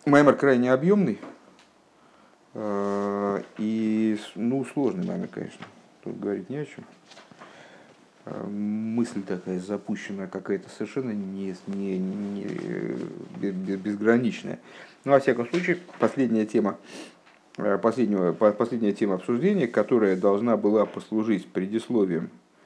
Маймер крайне объемный и сложный маймер, конечно. Тут говорить не о чем. Мысль такая запущенная, какая-то совершенно безграничная. Ну, во всяком случае, последняя тема обсуждения, которая должна была послужить предисловием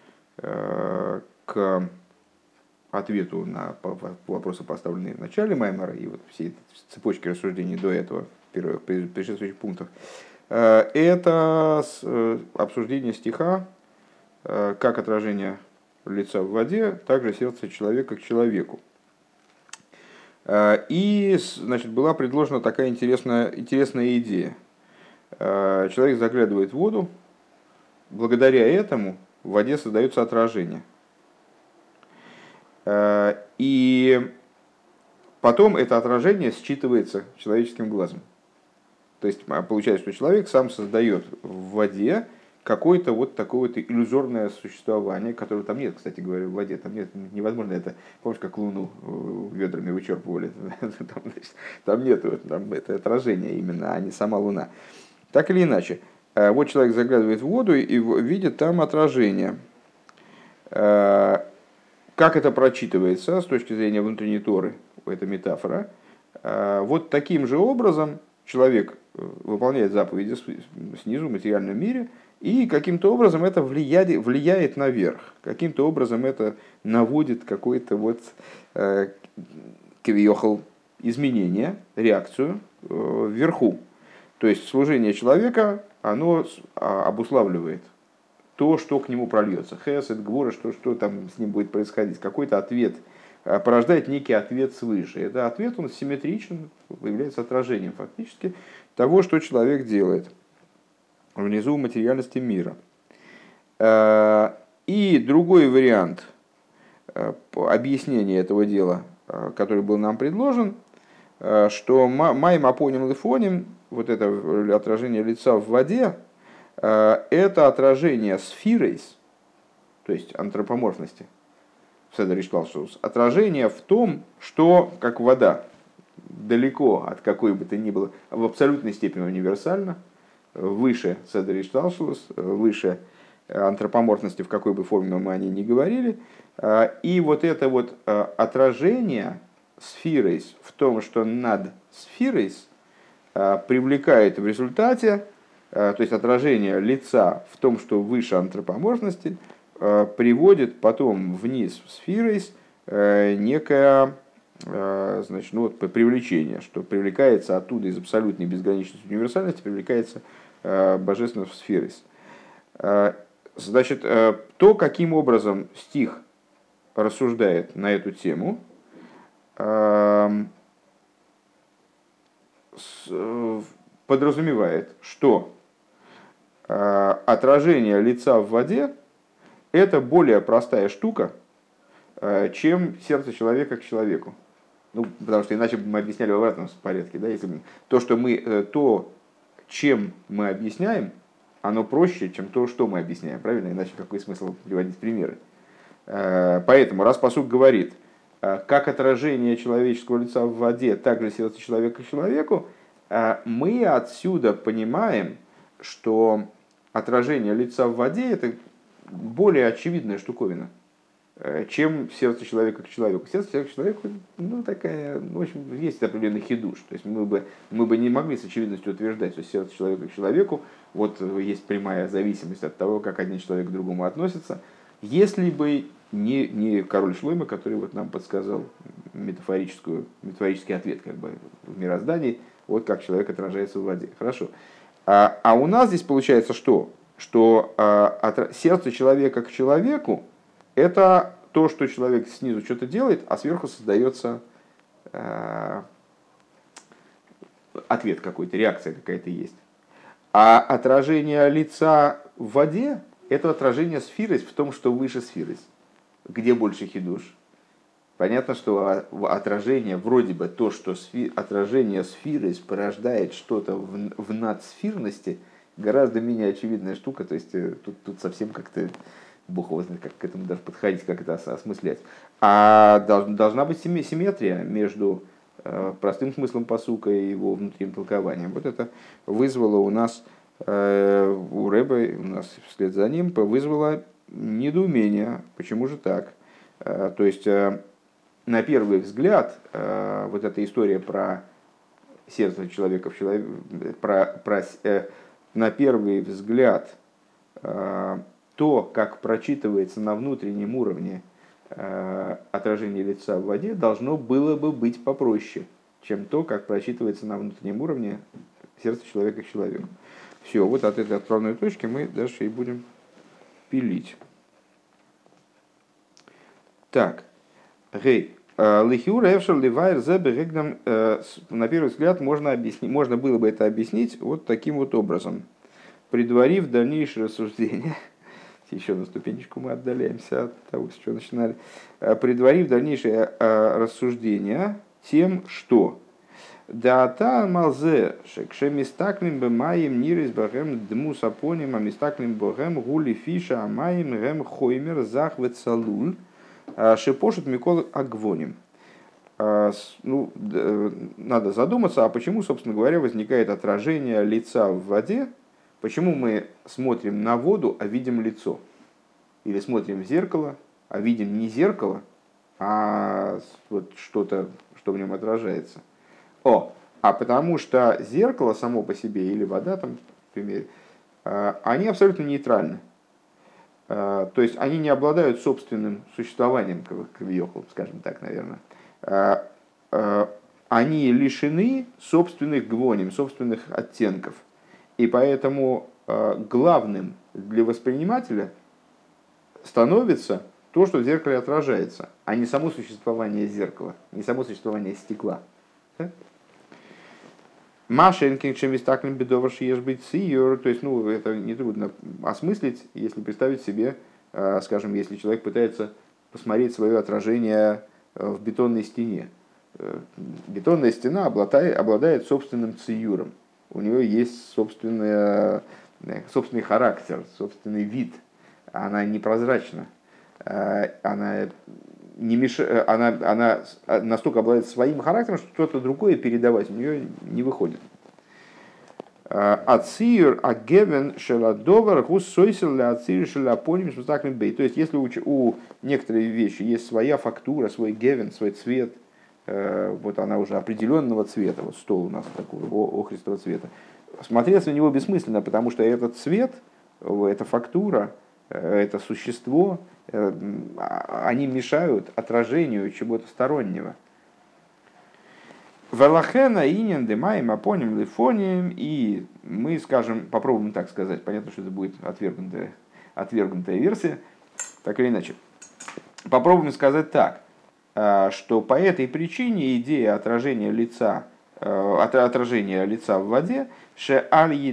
к ответу на вопросы, поставленные в начале Маймера, и вот всей цепочки рассуждений до этого, первых предшествующих пунктов, это обсуждение стиха как отражение лица в воде, так же сердце человека к человеку. И, значит, была предложена такая интересная идея. Человек заглядывает в воду, благодаря этому в воде создается отражение. И потом это отражение считывается человеческим глазом. То есть получается, что человек сам создает в воде какое-то вот такое вот иллюзорное существование, которого там нет, кстати говоря, в воде. Там нет, невозможно это, помнишь, как Луну ведрами вычерпывали? Там нет, там это отражение именно, а не сама Луна. Так или иначе, вот человек заглядывает в воду и видит там отражение. Как это прочитывается с точки зрения внутренней Торы, это метафора, вот таким же образом человек выполняет заповеди снизу в материальном мире, и каким-то образом это влияет наверх, каким-то образом это наводит какое-то вот кавиохал изменение, реакцию вверху. То есть служение человека, оно обуславливает то, что к нему прольется. Хесед, гвора, что там с ним будет происходить. Какой-то ответ порождает некий ответ свыше. Этот ответ, он симметричен, является отражением фактически того, что человек делает внизу материальности мира. И другой вариант объяснения этого дела, который был нам предложен, что майм апоним лифоним, вот это отражение лица в воде, это отражение сфирейс, то есть антропоморфности, в Седер Ишталшус, отражение в том, что, как вода, далеко от какой бы то ни было, в абсолютной степени универсальна, выше Седер Ишталшус, выше антропоморфности, в какой бы форме мы о ней ни говорили. И вот это вот отражение сфирейс в том, что над сфирейс, привлекает в результате, то есть отражение лица в том, что выше антропоморфности, приводит потом вниз в сфирейс некое, значит, привлечение, что привлекается оттуда из абсолютной безграничности универсальности, привлекается божественность в сфирейс. Значит, то, каким образом стих рассуждает на эту тему, подразумевает, что отражение лица в воде – это более простая штука, чем сердце человека к человеку. Ну, потому что иначе бы мы объясняли в обратном порядке. Да? Если то, чем мы объясняем, оно проще, чем то, что мы объясняем. Правильно? Иначе какой смысл приводить примеры? Поэтому, раз пасук говорит, как отражение человеческого лица в воде, так же сердце человека к человеку, мы отсюда понимаем, что отражение лица в воде – это более очевидная штуковина, чем сердце человека к человеку. Сердце человека к человеку, в общем, есть определенный хидуш. То есть мы бы не могли с очевидностью утверждать, что сердце человека к человеку, вот есть прямая зависимость от того, как один человек к другому относится, если бы не король Шлойма, который вот нам подсказал метафорический ответ как бы в мироздании, вот как человек отражается в воде. Хорошо. А у нас здесь получается что? Что сердце человека к человеку – это то, что человек снизу что-то делает, а сверху создается ответ какой-то, реакция какая-то есть. А отражение лица в воде – это отражение сфирос в том, что выше сфирос. Где больше хидуш? Понятно, что отражение, вроде бы то, что отражение сфирос порождает что-то в надсфирности, гораздо менее очевидная штука. То есть тут совсем как-то Бог его знает, как к этому даже подходить, как это осмыслять. А должна быть симметрия между простым смыслом пасука и его внутренним толкованием. Вот это вызвало у нас, у Рэбе, у нас вслед за ним, вызвало недоумение. Почему же так? То есть, на первый взгляд, вот эта история про сердце человека в человеке, на первый взгляд, то, как прочитывается на внутреннем уровне отражение лица в воде, должно было бы быть попроще, чем то, как прочитывается на внутреннем уровне сердце человека к человеку. Все, вот от этой отправной точки мы дальше и будем пилить. Так, гей. Лихиура Эвшер Ливайр за Берегном, на первый взгляд, можно было бы это объяснить вот таким вот образом. Предварив дальнейшее рассуждение, еще на ступенечку мы отдаляемся от того, с чего начинали, предварив дальнейшее рассуждение тем, что Даата малзе шекшемистаклим бемаем нирис бахем дмус апоним амистаклим бахем гули фиша амаем гем хоймер захвет салуль шипошет микол агвоним. Ну, надо задуматься, а почему, собственно говоря, возникает отражение лица в воде. Почему мы смотрим на воду, а видим лицо? Или смотрим в зеркало, а видим не зеркало, а вот что-то, что в нем отражается. А потому что зеркало само по себе, или вода, там, в примере, они абсолютно нейтральны. То есть они не обладают собственным существованием, скажем так, наверное. Они лишены собственных гвоним, собственных оттенков. И поэтому главным для воспринимателя становится то, что в зеркале отражается, а не само существование зеркала, не само существование стекла. Машенкин, чем истаклим бедоварши ешь быть сиюр, то есть, ну, это нетрудно осмыслить, если представить себе, скажем, если человек пытается посмотреть свое отражение в бетонной стене. Бетонная стена обладает собственным циюром, у нее есть собственный характер, собственный вид, она непрозрачна, она настолько обладает своим характером, что что-то другое передавать у нее не выходит. Ацир агевен шеладовар гуссойсел ля ацир шелапоним смустаклим бей. То есть, если у некоторых вещи есть своя фактура, свой гевен, свой цвет, вот она уже определенного цвета, вот стол у нас такого охристого цвета, смотреть на него бессмысленно, потому что этот цвет, эта фактура, это существо, они мешают отражению чего-то стороннего. Валахена инин демаем апоним лифонием, и мы скажем, попробуем так сказать, понятно, что это будет отвергнутая версия, так или иначе. Попробуем сказать так, что по этой причине идея отражения лица в воде, что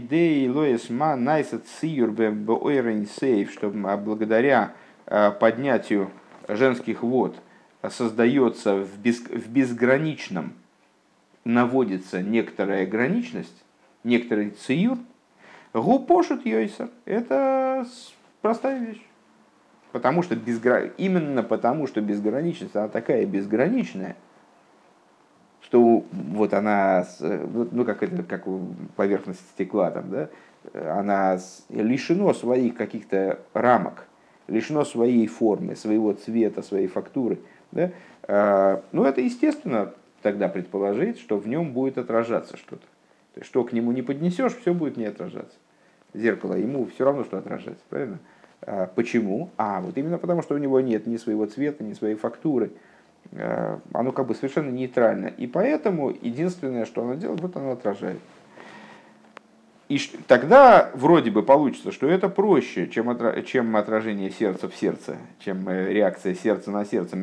благодаря поднятию женских вод создается в безграничном, наводится некоторая граничность, некоторый циюр, гупошут йойсер. Это простая вещь. Именно потому, что безграничность, она такая безграничная, что вот она, ну как поверхность стекла, там, да, она лишена своих каких-то рамок, лишено своей формы, своего цвета, своей фактуры. Да? Ну, это естественно тогда предположить, что в нем будет отражаться что-то. То есть, что к нему не поднесешь, все будет не отражаться. Зеркало ему все равно, что отражается, правильно? Почему? Вот именно потому, что у него нет ни своего цвета, ни своей фактуры. Оно как бы совершенно нейтрально. И поэтому единственное, что оно делает, вот оно отражает. И тогда вроде бы получится, что это проще, чем отражение сердца в сердце, чем реакция сердца на сердце.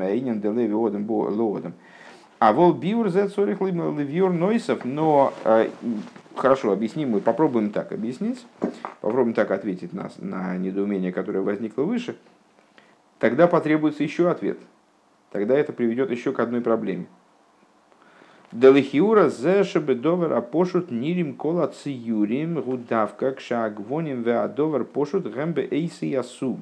А вол биур зе цорих ливьюр нойсов. Но хорошо, объясним, мы попробуем так объяснить, попробуем так ответить на недоумение, которое возникло выше. Тогда потребуется еще ответ. Тогда это приведет еще к одной проблеме. Делихиура зешебе довер апошут нирим кола циюрим гудавка кшагвоним веадовер пошут гэмбе эйси ясуг.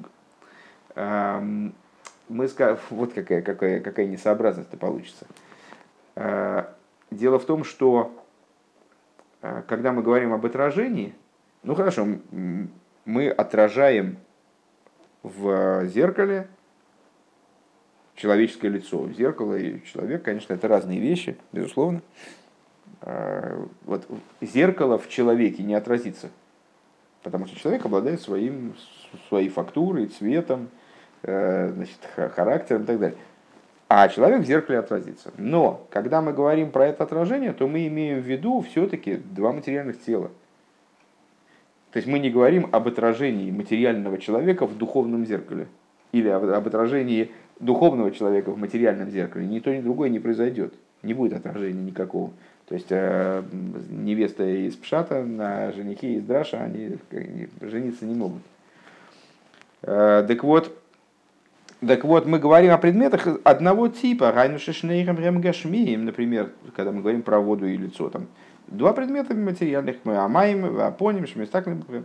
Мы скажем, вот какая несообразность получится. Дело в том, что когда мы говорим об отражении, ну хорошо, мы отражаем в зеркале человеческое лицо. Зеркало и человек, конечно, это разные вещи, безусловно. Вот зеркало в человеке не отразится, потому что человек обладает своей фактурой, цветом, значит, характером и так далее. А человек в зеркале отразится. Но когда мы говорим про это отражение, то мы имеем в виду все-таки два материальных тела. То есть мы не говорим об отражении материального человека в духовном зеркале. Или об отражении духовного человека в материальном зеркале. Ни то, ни другое не произойдет. Не будет отражения никакого. То есть невеста из Пшата на женихе из Драша, они жениться не могут. Так вот, мы говорим о предметах одного типа. Например, когда мы говорим про воду и лицо. Там, два предмета материальных. Амаим, апоним, шмистак, например.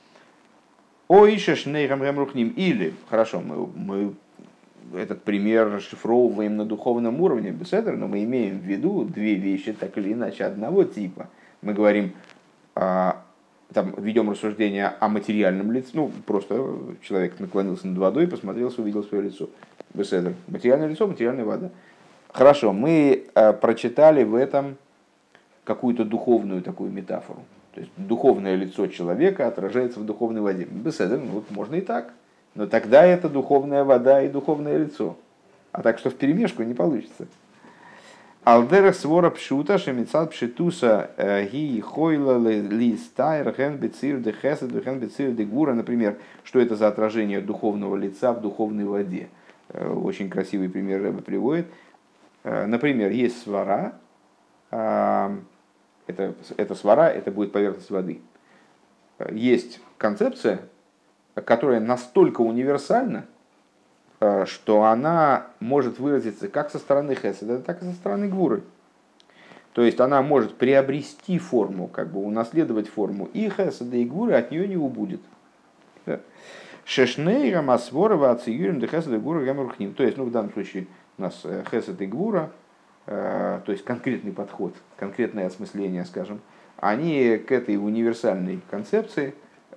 Или, хорошо, мы этот пример расшифровываем на духовном уровне, беседер, но мы имеем в виду две вещи, так или иначе, одного типа. Мы говорим, там, ведем рассуждение о материальном лице, ну, просто человек наклонился над водой, посмотрелся, увидел свое лицо. Беседер. Материальное лицо, материальная вода. Хорошо, мы прочитали в этом какую-то духовную такую метафору. То есть духовное лицо человека отражается в духовной воде. Беседер, ну, вот можно и так. Но тогда это духовная вода и духовное лицо. А так что вперемешку не получится. Алдерах свора пшута шемицат пшитуса ги хойла ли стайр ген бецир де хесед ген бецир де гура, например, что это за отражение духовного лица в духовной воде. Очень красивый пример Рэбе приводит. Например, есть свара. Это свара, это будет поверхность воды. Есть концепция, которая настолько универсальна, что она может выразиться как со стороны хеседа, так и со стороны гвуры. То есть она может приобрести форму, как бы унаследовать форму и хеседа, и гвуры от нее не убудет. Шешнейра масворова ациюрим де хеседа гвура гамурхним. То есть, ну, в данном случае у нас хесед и гвура, то есть конкретный подход, конкретное осмысление, скажем, они к этой универсальной концепции,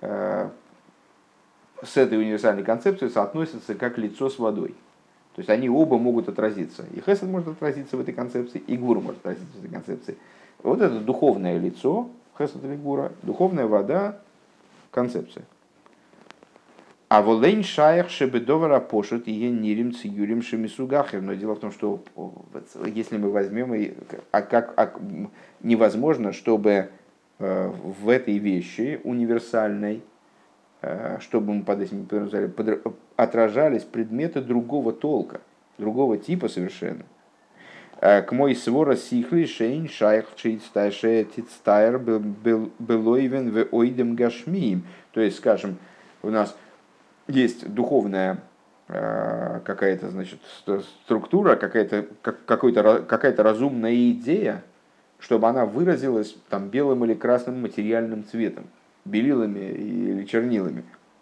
с этой универсальной концепцией соотносятся как лицо с водой. То есть они оба могут отразиться. И хесед может отразиться в этой концепции, и гвура может отразиться в этой концепции. Вот это духовное лицо, хесед или гвура, духовная вода, концепция. А волейн шаях шебедовара пошут и енирим циюрим шемисугахер. Но дело в том, что если мы возьмем, невозможно, чтобы в этой вещи универсальной, чтобы мы под этим отражались предметы другого толка, другого типа совершенно. К мой свора сихли шейн шайх читстайше титстайр белойвен в ойдем гашмиим. То есть, скажем, у нас есть духовная какая-то, значит, структура, какая-то разумная идея, чтобы она выразилась там белым или красным материальным цветом, белилами или чернилами.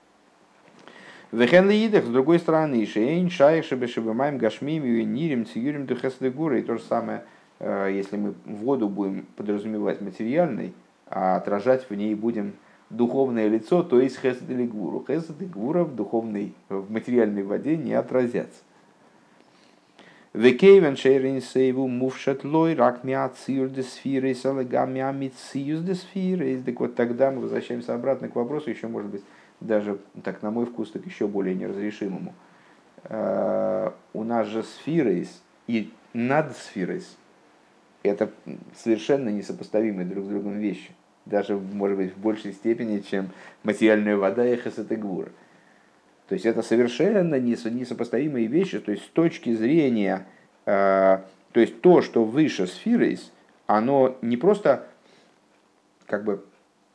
С другой стороны, шейн шайх шебешебемаем гашмим и нирим циюрим духеслегура. И то же самое, если мы воду будем подразумевать материальной, а отражать в ней будем духовное лицо, то есть хесед или гвуру. Хесед и гвура в материальной воде не отразятся. Векейвен шейрин сейву мувшат лой рак миацир де сфиры салага миамициюс де сфиры. Так вот тогда мы возвращаемся обратно к вопросу, еще может быть даже так на мой вкус, так еще более неразрешимому. У нас же сфиры и надсфиры это совершенно несопоставимые друг с другом вещи. Даже, может быть, в большей степени, чем материальная вода и хесед и гвура. То есть это совершенно несопоставимые вещи. То есть с точки зрения, то есть то, что выше сферы, оно не просто как бы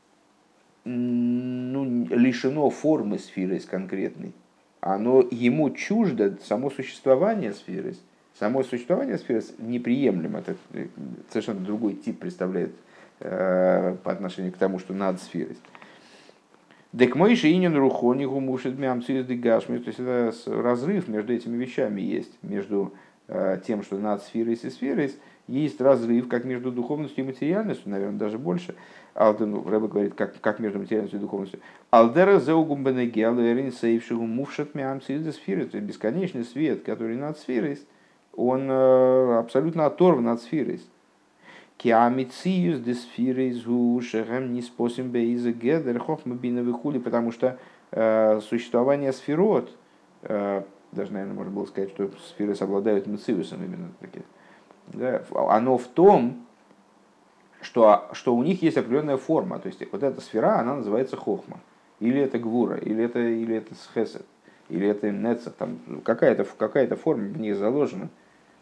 лишено формы сферы конкретной, оно ему чуждо само существование сферы. Само существование сферы неприемлемо. Это совершенно другой тип представляет по отношению к тому, что над сферой. Дек мой шиинин рухони гумушит мямцис де гашми. То есть это разрыв между этими вещами есть, между тем, что над сферой и сферой есть разрыв как между духовностью и материальностью, наверное, даже больше. Рэбе говорит, как между материальностью и духовностью. Алдера зеугум бенегел эрин сейвшигу мувшат мям сферы. То есть бесконечный свет, который над сферой, он абсолютно оторван от сферы. Киамициюс де сферой зушерем не спосим бейза гедер хохмабиновый хули, потому что существование сферот, даже, наверное, можно было сказать, что сферы обладают мециусом именно таки, да, оно в том, что у них есть определенная форма. То есть вот эта сфера, она называется хохма. Или это гвура, или это схесед, или это нецах. Там какая-то форма в них заложена.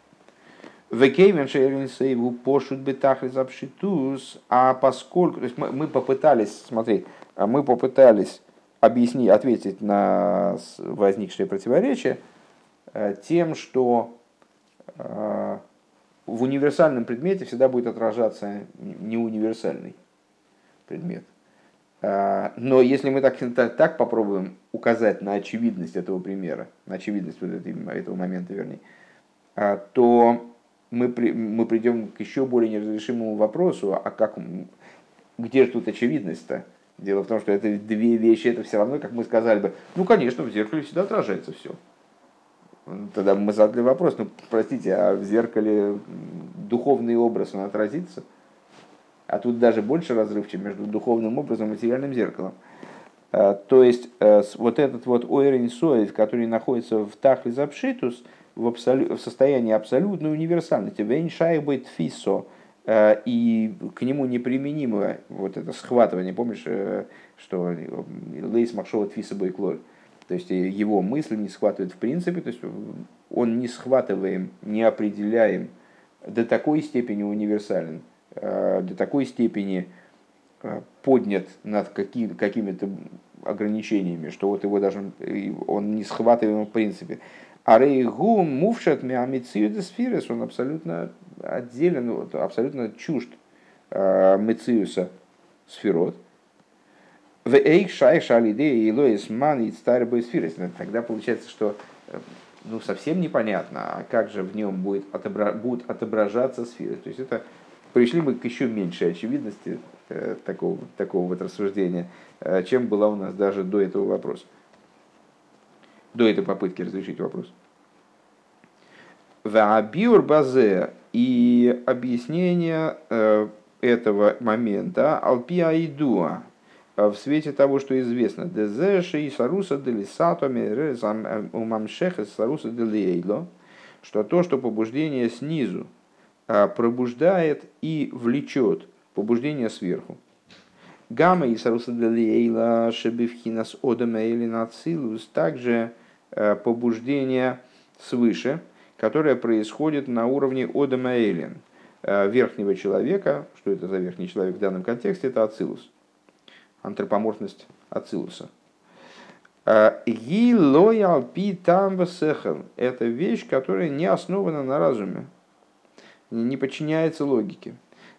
А поскольку, то есть мы попытались, смотри, объяснить, ответить на возникшее противоречие тем, что в универсальном предмете всегда будет отражаться неуниверсальный предмет. Но если мы так попробуем указать на очевидность этого примера, на очевидность вот этого момента, вернее, то мы придем к еще более неразрешимому вопросу, где же тут очевидность-то? Дело в том, что это две вещи, это все равно, как мы сказали бы, ну, конечно, в зеркале всегда отражается все. Тогда мы задали вопрос, простите, а в зеркале духовный образ, он отразится? А тут даже больше разрыв, чем между духовным образом и материальным зеркалом. То есть, вот этот вот ойрен соев, который находится в тахлис апшитус, в состоянии абсолютной универсальности, вейн шайбет фисо, и к нему неприменимо вот это схватывание, помнишь, что лейс махшова тфиса бойклоль, то есть его мысли не схватывают в принципе, то есть он не схватываем, не определяем, до такой степени универсален, до такой степени поднят над какими-то ограничениями, что вот его даже он не схватываем в принципе. А рейгу мувшат миамициюда сфирес, он абсолютно отделен, абсолютно чужд мициуса сферот. В эйх шайш алидея илоис ман и старбой сфирес. Тогда получается, что совсем непонятно, а как же в нем будут отображаться сферы. То есть это пришли мы к еще меньшей очевидности такого вот рассуждения, чем была у нас даже до этого вопроса. До этой попытки разрешить вопрос. Ваабиур базе и объяснение этого момента алпиа идуа в свете того, что известно. Дезеши и саруса делисатоми умамшеха саруса делиейло, что то, что побуждение снизу пробуждает и влечет побуждение сверху. Гамма и саруса делиейла шебивхинас одама или нацилус, также побуждение свыше, которое происходит на уровне одама элин, верхнего человека. Что это за верхний человек в данном контексте? Это ацилус, антропоморфность ацилуса. Гилоял пи там весехал. Это вещь, которая не основана на разуме, не подчиняется логике.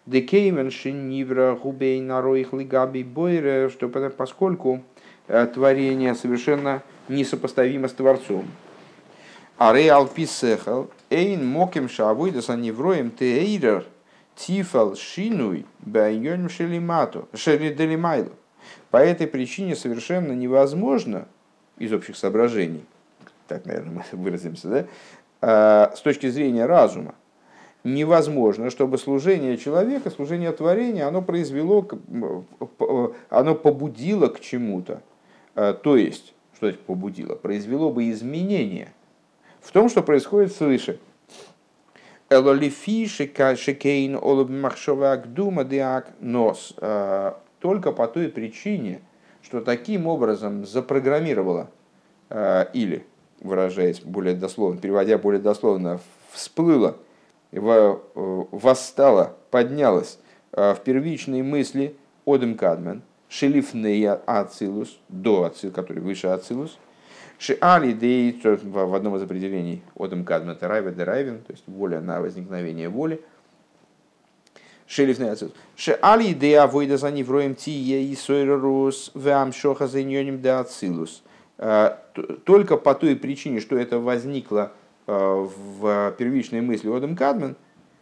Поскольку творение совершенно несопоставимо с Творцом. А реал писехал эйн моким шавуйдас аневроем теэйрер тифал шинуй байоним шелимато шелиделимайло. По этой причине совершенно невозможно из общих соображений, так, наверное, мы выразимся, да, с точки зрения разума, невозможно, чтобы служение человека, служение творения, оно побудило к чему-то. То есть, что это побудило? Произвело бы изменения в том, что происходит свыше. Только по той причине, что таким образом запрограммировала, или, выражаясь более дословно, переводя более дословно, всплыла, восстала, поднялась в первичной мысли Одем Кадмен, Шелифнея Ацилус, до Ацилус, который выше Ацилус, Шиали Дей, в одном из определений Одем Кадмен, это Райве де Райвен, то есть воля на возникновение воли, Шелифнея Ацилус. Шиали Дей Авойда за Невроем Тие и Сойрус Вамшоха за Иньоним де Ацилус. Только по той причине, что это возникло в первичной мысли Одам Кадман,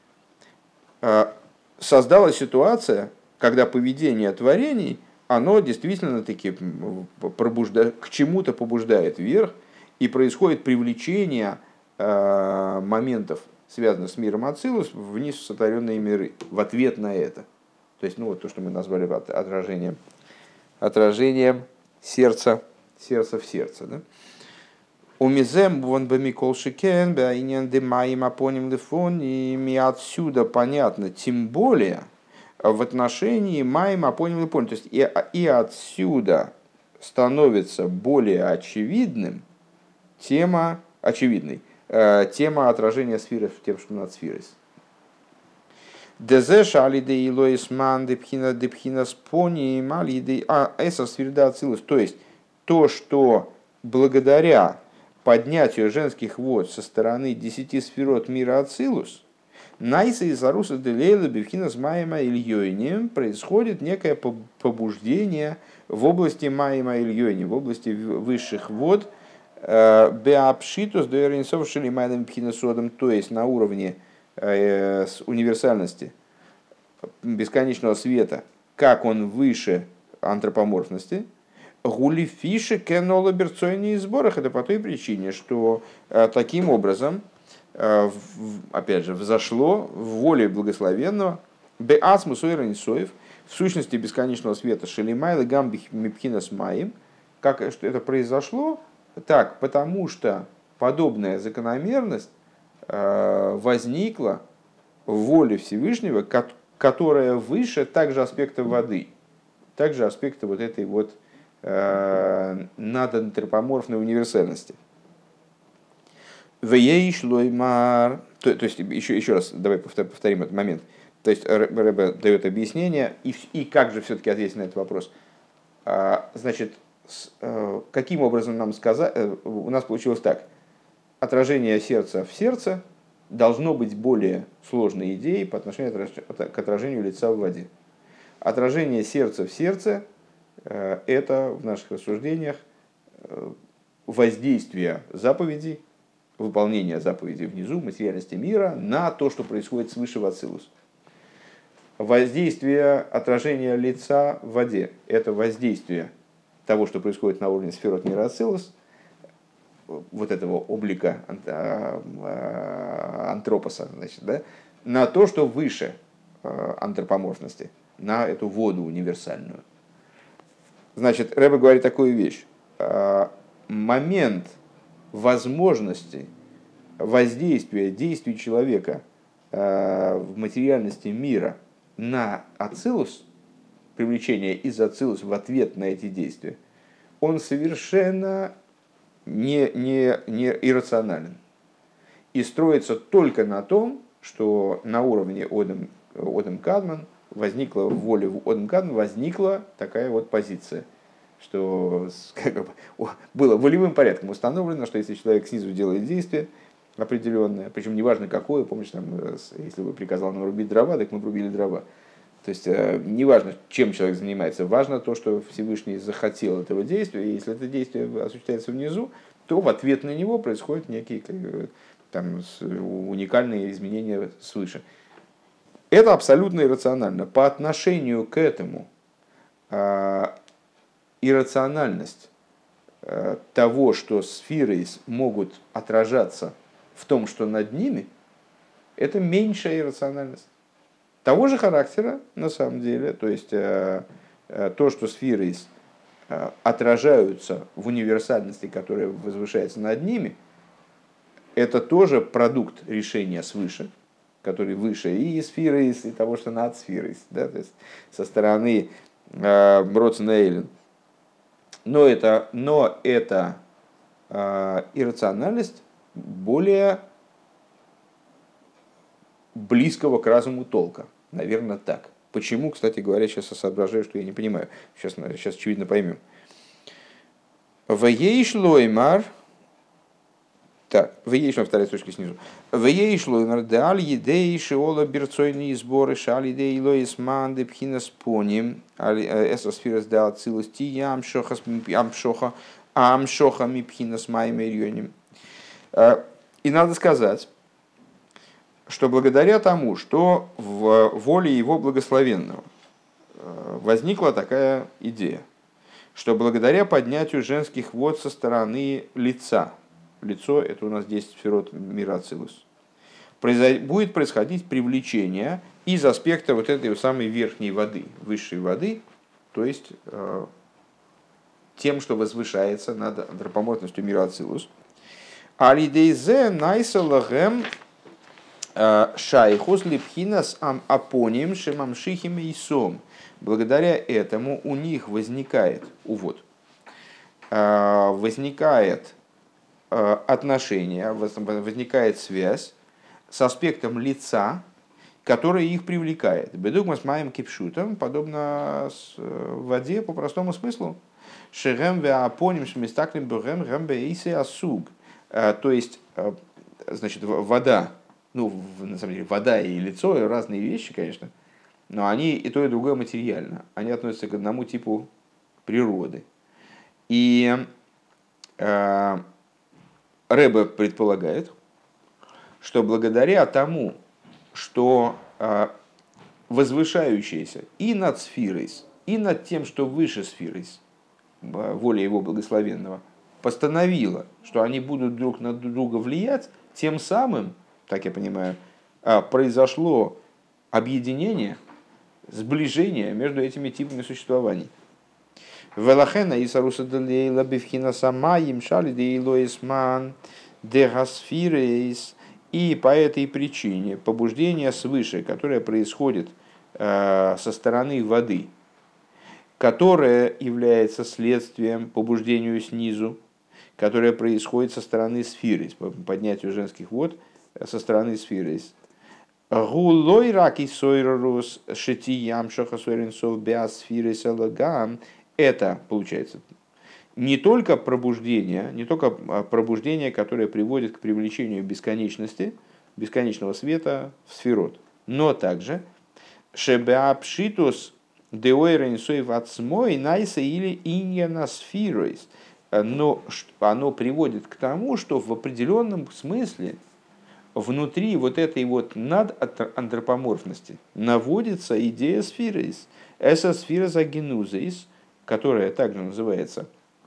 создалась ситуация, когда поведение творений, оно действительно таки к чему-то побуждает вверх, и происходит привлечение моментов, связанных с миром Ацилус, вниз в сотворенные миры, в ответ на это. То есть, ну, вот то, что мы назвали отражением сердца в сердце. Да? Умизем вон бамикол шикен баинен демаим апоним лифон, и отсюда понятно, тем более в отношении маим апоним лифон. То есть и отсюда становится более очевидной тема отражения сферы в тем, что над сферой. Дезеша алидей илоис ман депхина спони малидей эса сферда ацилус. То есть то, что благодаря поднятию женских вод со стороны 10 сферот мира Ацилус, Найса и Заруса Делейла Бевхина с Майма Ильёйни происходит некое побуждение в области Майма Ильёйни, в области высших вод, Беапшитус Дуэринсов Шелимайдам Бевхина, то есть на уровне универсальности бесконечного света, как он выше антропоморфности. Гули фиши кенола берцойни и сборах. Это по той причине, что таким образом, опять же, взошло в воле благословенного беасмус ойранисоев, в сущности бесконечного света шелимайлы гамбих мипхинас маим. Как что это произошло? Так, потому что подобная закономерность возникла в воле Всевышнего, которая выше также аспекта воды, также аспекта вот этой вот надантропоморфной универсальности. То есть, еще раз, давай повторим этот момент. То есть, Рэбе дает объяснение, и как же все-таки ответить на этот вопрос. Значит, каким образом нам сказать, у нас получилось так. Отражение сердца в сердце должно быть более сложной идеей по отношению к отражению лица в воде. Отражение сердца в сердце — это в наших рассуждениях воздействие заповедей, выполнение заповедей внизу, материальности мира, на то, что происходит свыше в Ацилус. Воздействие отражения лица в воде — это воздействие того, что происходит на уровне сферот мира Ацилус, вот этого облика антропоса, значит, да, на то, что выше антропоморфности, на эту воду универсальную. Значит, Рэбе говорит такую вещь. Момент возможности воздействия действий человека в материальности мира на Ацилус, привлечение из Ацилус в ответ на эти действия, он совершенно не иррационален. И строится только на том, что на уровне Одам Кадман возникла в воле Одам Кадман возникла такая вот позиция, что было волевым порядком установлено, что если человек снизу делает действие определенное, причем неважно какое, помнишь, там, если бы приказал нам рубить дрова, так мы рубили дрова. То есть неважно, чем человек занимается, важно то, что Всевышний захотел этого действия, и если это действие осуществляется внизу, то в ответ на него происходят некие там, уникальные изменения свыше. Это абсолютно иррационально. По отношению к этому иррациональность того, что сферы могут отражаться в том, что над ними, это меньшая иррациональность. Того же характера, на самом деле, то есть то, что сферы отражаются в универсальности, которая возвышается над ними, это тоже продукт решения свыше, который выше и сферы, и того, что над сферой, да, то есть со стороны Бродсона Эйлен. Но это иррациональность более близкого к разуму толка. Наверное, так. Почему, кстати говоря, сейчас я соображаю, что я не понимаю. Сейчас очевидно поймем. Вееш лоймар. Так, вееш, вторая точка снизу. Вееш лоймар деаль едей шиола берцойные сборы шали дей лоис манды пхинас поним эсосфирас деал цилости амшоха мипхинас майм ирьоним. И надо сказать, что благодаря тому, что в воле его благословенного возникла такая идея, что благодаря поднятию женских вод со стороны лица, лицо это у нас 10 сферот мира Ацилус, будет происходить привлечение из аспекта вот этой самой верхней воды, высшей воды, то есть тем, что возвышается над антропоморфностью мира Ацилус. Алидейзе найсалагем шайхус липхинас апоним шемамшихим и. Благодаря этому у них возникает возникает отношение, возникает связь с аспектом лица, который их привлекает. Бедугма с маем кипшутом, подобно в воде по простому смыслу. Шерем веапоним шмистаклим богем гем бейси асуг. То есть, значит, вода, на самом деле, вода и лицо разные вещи, конечно, но они и то, и другое материально. Они относятся к одному типу природы. И Ребе предполагает, что благодаря тому, что возвышающееся и над сферой, и над тем, что выше сферой, воля его благословенного, постановила, что они будут друг на друга влиять, тем самым, так я понимаю, произошло объединение, сближение между этими типами существований. Велахена и саруса делейла бифхина сама имшали дейлоисман дегасфирейс. И по этой причине побуждение свыше, которое происходит со стороны воды, которое является следствием побуждению снизу, которое происходит со стороны сферы, по поднятию женских вод со стороны сферы. Гулой раки сойрус шитиям шохасойренсов биасфиры салагам. Это получается не только пробуждение, которое приводит к привлечению бесконечности, бесконечного света в сферот, но также шебеапшитус деойренсой вацмой найса или иньянасфиройс. Но оно приводит к тому, что в определенном смысле внутри вот этой вот надантропоморфности наводится идея сфирейс, эса сфира загенузейс, которая также называется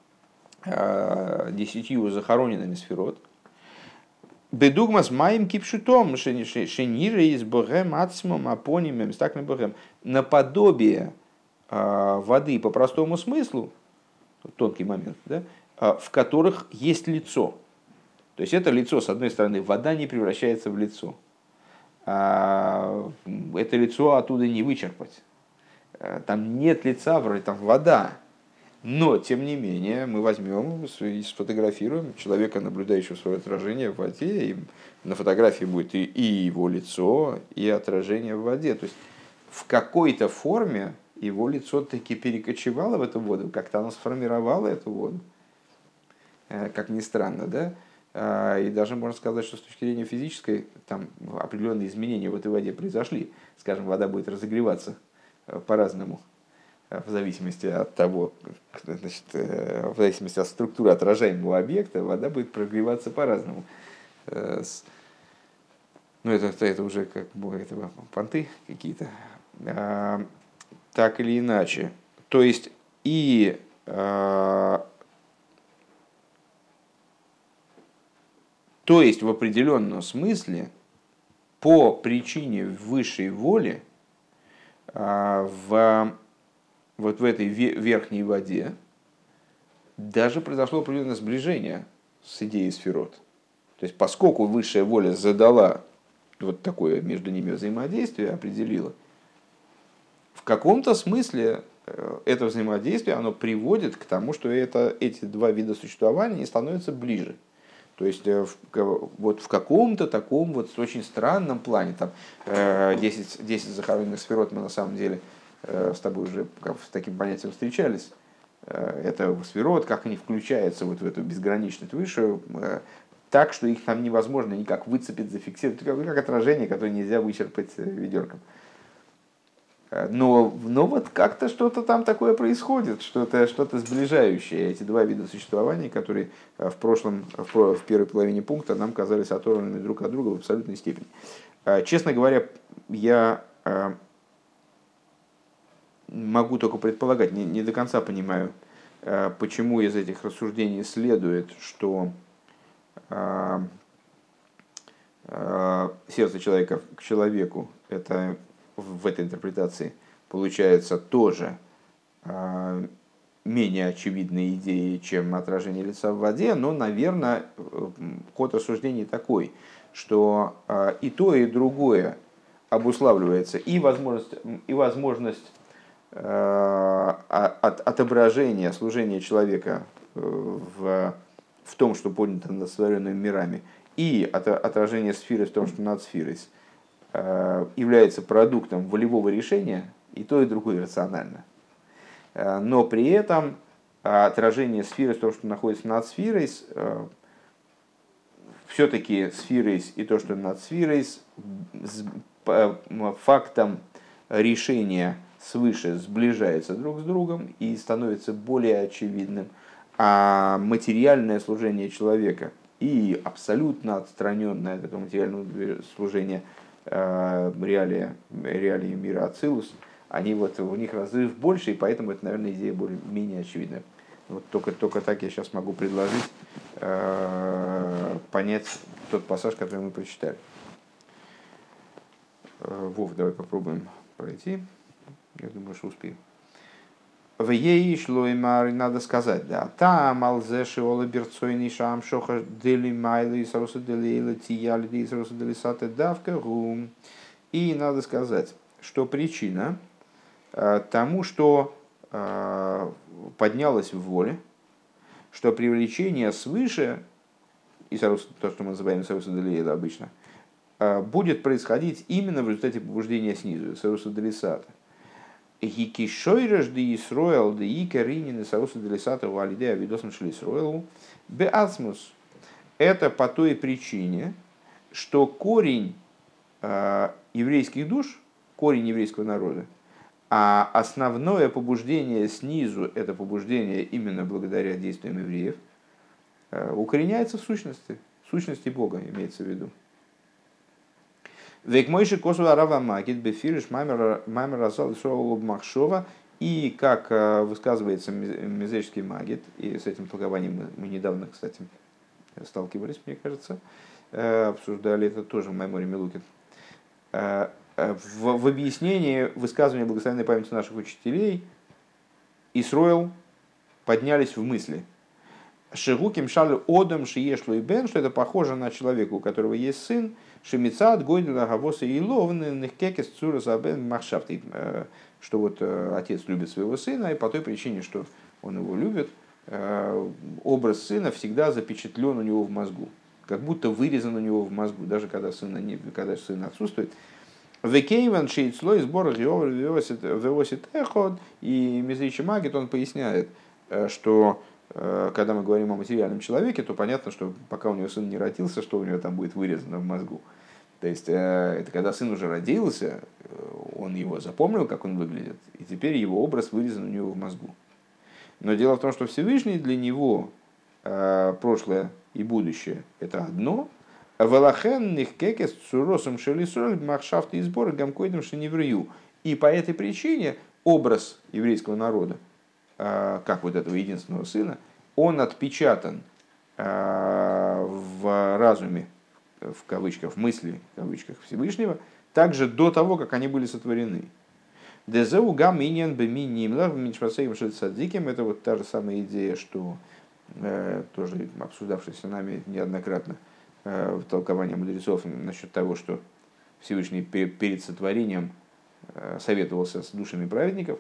10 захороненными сферот. Бедугмас маим кипшутом шениры из богем ацмом апонимем стакным богем. Наподобие воды по простому смыслу, тонкий момент, да, в которых есть лицо. То есть это лицо, с одной стороны, вода не превращается в лицо. Это лицо оттуда не вычерпать. Там нет лица, вроде там вода. Но, тем не менее, мы возьмем и сфотографируем человека, наблюдающего свое отражение в воде, и на фотографии будет и его лицо, и отражение в воде. То есть в какой-то форме его лицо таки перекочевало в эту воду, как-то оно сформировало эту воду. Как ни странно, да? И даже можно сказать, что с точки зрения физической там определенные изменения в этой воде произошли. Скажем, вода будет разогреваться по-разному. В зависимости от того, значит, в зависимости от структуры отражаемого объекта, вода будет прогреваться по-разному. Ну, это уже как бы это понты какие-то. Так или иначе. То есть, то есть в определенном смысле, по причине высшей воли, вот в этой верхней воде даже произошло определенное сближение с идеей сферот. То есть, поскольку высшая воля задала вот такое между ними взаимодействие, определила, в каком-то смысле это взаимодействие оно приводит к тому, что эти два вида существования становятся ближе. То есть, вот в каком-то таком вот очень странном плане, там 10 захороненных сферот мы на самом деле с тобой уже с таким понятием встречались. Это сферот, как они включаются вот в эту безграничность высшую, так, что их там невозможно никак выцепить, зафиксировать, как отражение, которое нельзя вычерпать ведерком. Но вот как-то что-то там такое происходит, что-то сближающее эти два вида существования, которые в первой половине пункта нам казались оторванными друг от друга в абсолютной степени. Честно говоря, я могу только предполагать, не до конца понимаю, почему из этих рассуждений следует, что сердце человека к человеку, это в этой интерпретации получается тоже менее очевидной идеей, чем отражение лица в воде, но, наверное, ход рассуждений такой, что и то, и другое обуславливается и возможность отображения служения человека в том, что поднято над сотворенными мирами, и отражение сферы в том, что над сферой является продуктом волевого решения, и то, и другое рационально. Но при этом отражение сферы в том, что находится над сферой, все-таки сферой и то, что над сферой, фактом решения свыше сближается друг с другом и становится более очевидным, а материальное служение человека и абсолютно отстраненное от этого материального служения реалии мира Ацилус, они вот, у них разрыв больше, и поэтому это, наверное, идея менее очевидная. Вот только так я сейчас могу предложить понять тот пассаж, который мы прочитали. Вов, давай попробуем пройти. Я думаю, что успеем. В ей шло и надо сказать, да. Там алзеши ола берцойный шам шоха дели майлы и саруса дели тияли и саруса дели саты давка гум. И надо сказать, что причина тому, что поднялось в воле, что привлечение свыше, и то, что мы называем саруса дели обычно, будет происходить именно в результате побуждения снизу, саруса дели сата. Гикишойреш де Исроэл де Икаринин Сауса де Лисата Валидея Видосом Шлисроэлу Беасмус. Это по той причине, что корень еврейских душ, корень еврейского народа, а основное побуждение снизу, это побуждение именно благодаря действиям евреев, укореняется в сущности Бога, имеется в виду. Век мойши косу арава магит бефириш маймер разал исроэлу махшова. И как высказывается мезечский магит, и с этим толкованием мы недавно, кстати, сталкивались, мне кажется, обсуждали это тоже в Майморе Милукин, в объяснении высказывания благословенной памяти наших учителей Исроэл поднялись в мысли. Шигуким шаль одам шиешлу и бен, что это похоже на человека, у которого есть сын, шемицат гойдена гавоса и ловных кекес цураса бен махшафт, что вот отец любит своего сына, и по той причине, что он его любит, образ сына всегда запечатлен у него в мозгу, как будто вырезан у него в мозгу, даже когда сын отсутствует. Векейван шейцлой сбор вевосит эход, и Мизричи Магит он поясняет, что когда мы говорим о материальном человеке, то понятно, что пока у него сын не родился, что у него там будет вырезано в мозгу. То есть это когда сын уже родился, он его запомнил, как он выглядит, и теперь его образ вырезан у него в мозгу. Но дело в том, что Всевышний для него прошлое и будущее – это одно. Велахенных кекес цуросом шелисроль махшафты и сборы гамкоидом шеневрию. И по этой причине образ еврейского народа, как вот этого единственного сына, он отпечатан в разуме, в кавычках, в мысли, в кавычках Всевышнего, также до того, как они были сотворены. Дезеу гам иньян беминимлах миншпасеем шельцадиким. Это вот та же самая идея, что тоже обсуждавшаяся нами неоднократно в толковании мудрецов насчет того, что Всевышний перед сотворением советовался с душами праведников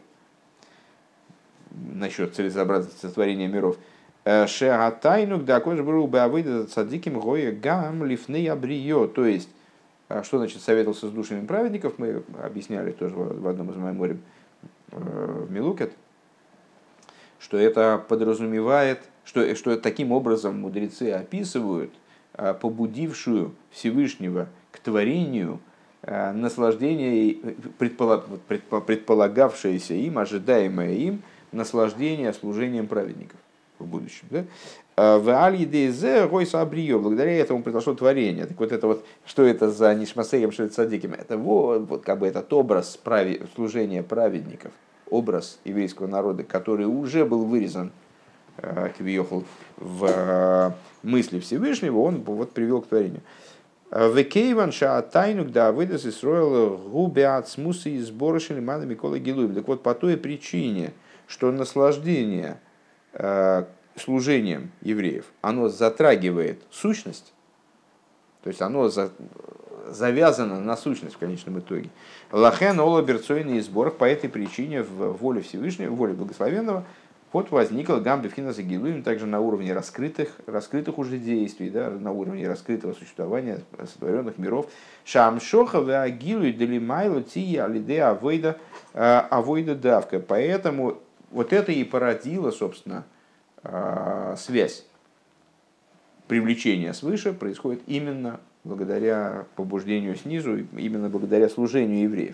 насчет целесообразности сотворения миров. Шеатайнук да кож бру беавыда цадиким гоя гам лифней абриё. То есть, что значит советовался с душами праведников, мы объясняли тоже в одном из Майморим в Милукет, что это подразумевает, что таким образом мудрецы описывают побудившую Всевышнего к творению наслаждение, предполагавшееся им, ожидаемое им, наслаждение служением праведников в будущем. Да? В аль-едезе гойса абрио, благодаря этому произошло творение. Так вот это вот, что это за нишмасеем, что это цадиким? Это вот как бы этот образ служения праведников, образ еврейского народа, который уже был вырезан кивиохл в мысли Всевышнего, он вот привел к творению. Векейван шаатайнук да выдаст Исроил губят смусы и сборы шелимана Микола Гилуев. Так вот, по той причине, что наслаждение служением евреев, оно затрагивает сущность, то есть оно завязано на сущность в конечном итоге. Лахен ола берцойный сбор, по этой причине в воле Всевышнего, в воле Благословенного, вот возникла гамбе финаса гилуим также на уровне раскрытых уже действий, да, на уровне раскрытого существования сотворенных миров. Шамшоха веагилуй делимайло тия алиде авойда давка. Поэтому вот это и породило, собственно, связь. Привлечение свыше происходит именно благодаря побуждению снизу, именно благодаря служению евреев.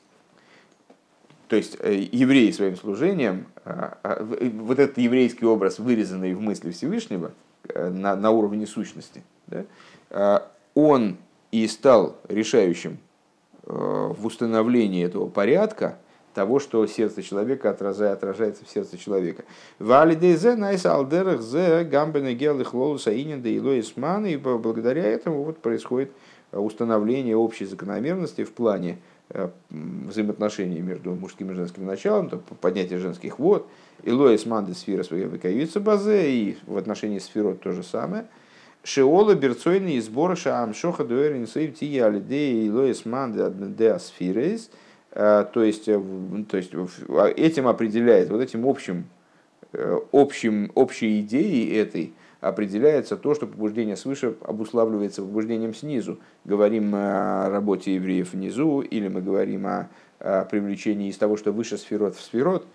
То есть евреи своим служением, вот этот еврейский образ, вырезанный в мысли Всевышнего на уровне сущности, да, он и стал решающим в установлении этого порядка, того, что сердце человека отражается в сердце человека. И благодаря этому вот происходит установление общей закономерности в плане взаимоотношений между мужским и женским началом, поднятие женских вод, и лоис манды сфера своей выкаюется базе, и в отношении сферот то же самое. Шеола берцойный сбор шаам шоха дуэрин сейв тия алидеи и лоис манды де сферейс. То есть этим определяет, вот этим общей идеей этой определяется то, что побуждение свыше обуславливается побуждением снизу. Говорим о работе евреев внизу, или мы говорим о привлечении из того, что выше сферот в сферот.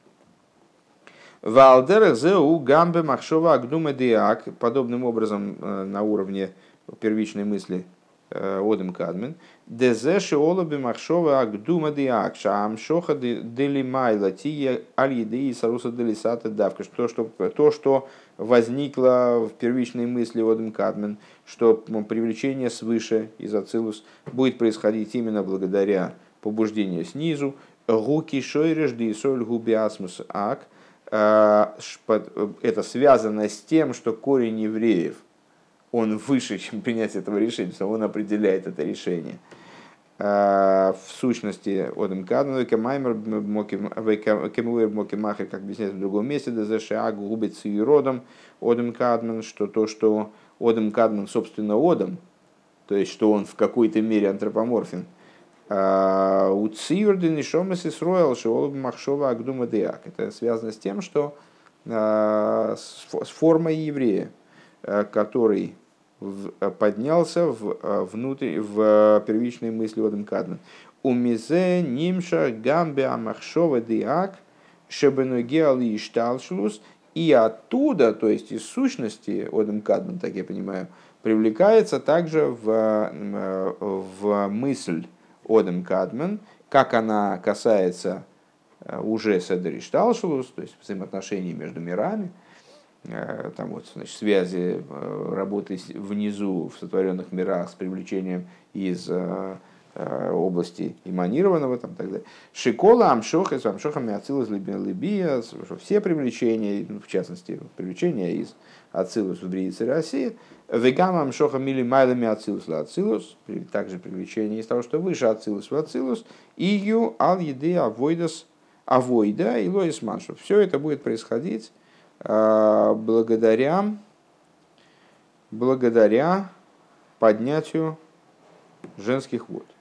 Валдерах зеу гамбе махшова агдума диак, подобным образом на уровне первичной мысли Одем Кадмен, дезеши олоби махшова агдума диак, шаам шоха делимайла тия аль-едеи саруса делисата давка. То, что возникло в первичной мысли Одем Кадмен, что привлечение свыше из Ацилус будет происходить именно благодаря побуждению снизу. Гуки шойреш диисоль губиасмус ак. Это связано с тем, что корень евреев, он выше, чем принятие этого решения, что он определяет это решение. В сущности, Одем Кадмен, как объясняется в другом месте, Дезешиаг губит сииродом Одем Кадмен, что то, что Одем Кадмен, собственно, Одем, то есть, что он в какой-то мере антропоморфен, у Циюрден и Шомес Исроэл Шиолоб Махшова Агдума Деак. Это связано с тем, что с формой еврея, который поднялся внутрь, в первичной мысли Одем Кадмен. Умизе нимша гамбе амахшова диак шебеногеал и шталшлус. И оттуда, то есть из сущности Одем Кадмен, так я понимаю, привлекается также в мысль Одем Кадмен, как она касается уже седер и шталшлус, то есть взаимоотношений между мирами, там вот, значит, связи работы внизу в сотворенных мирах с привлечением из области эманированного, там, так далее. Шикола амшоха с амшохами ацилус либия, все привлечения, в частности, привлечения из ацилус в бриице России, вегам амшоха мили майлами ацилус ла ацилус, также привлечение из того, что выше ацилус в ацилус, ию ал еды авойдас авойда и лоис маншов. Все это будет происходить благодаря поднятию женских вод.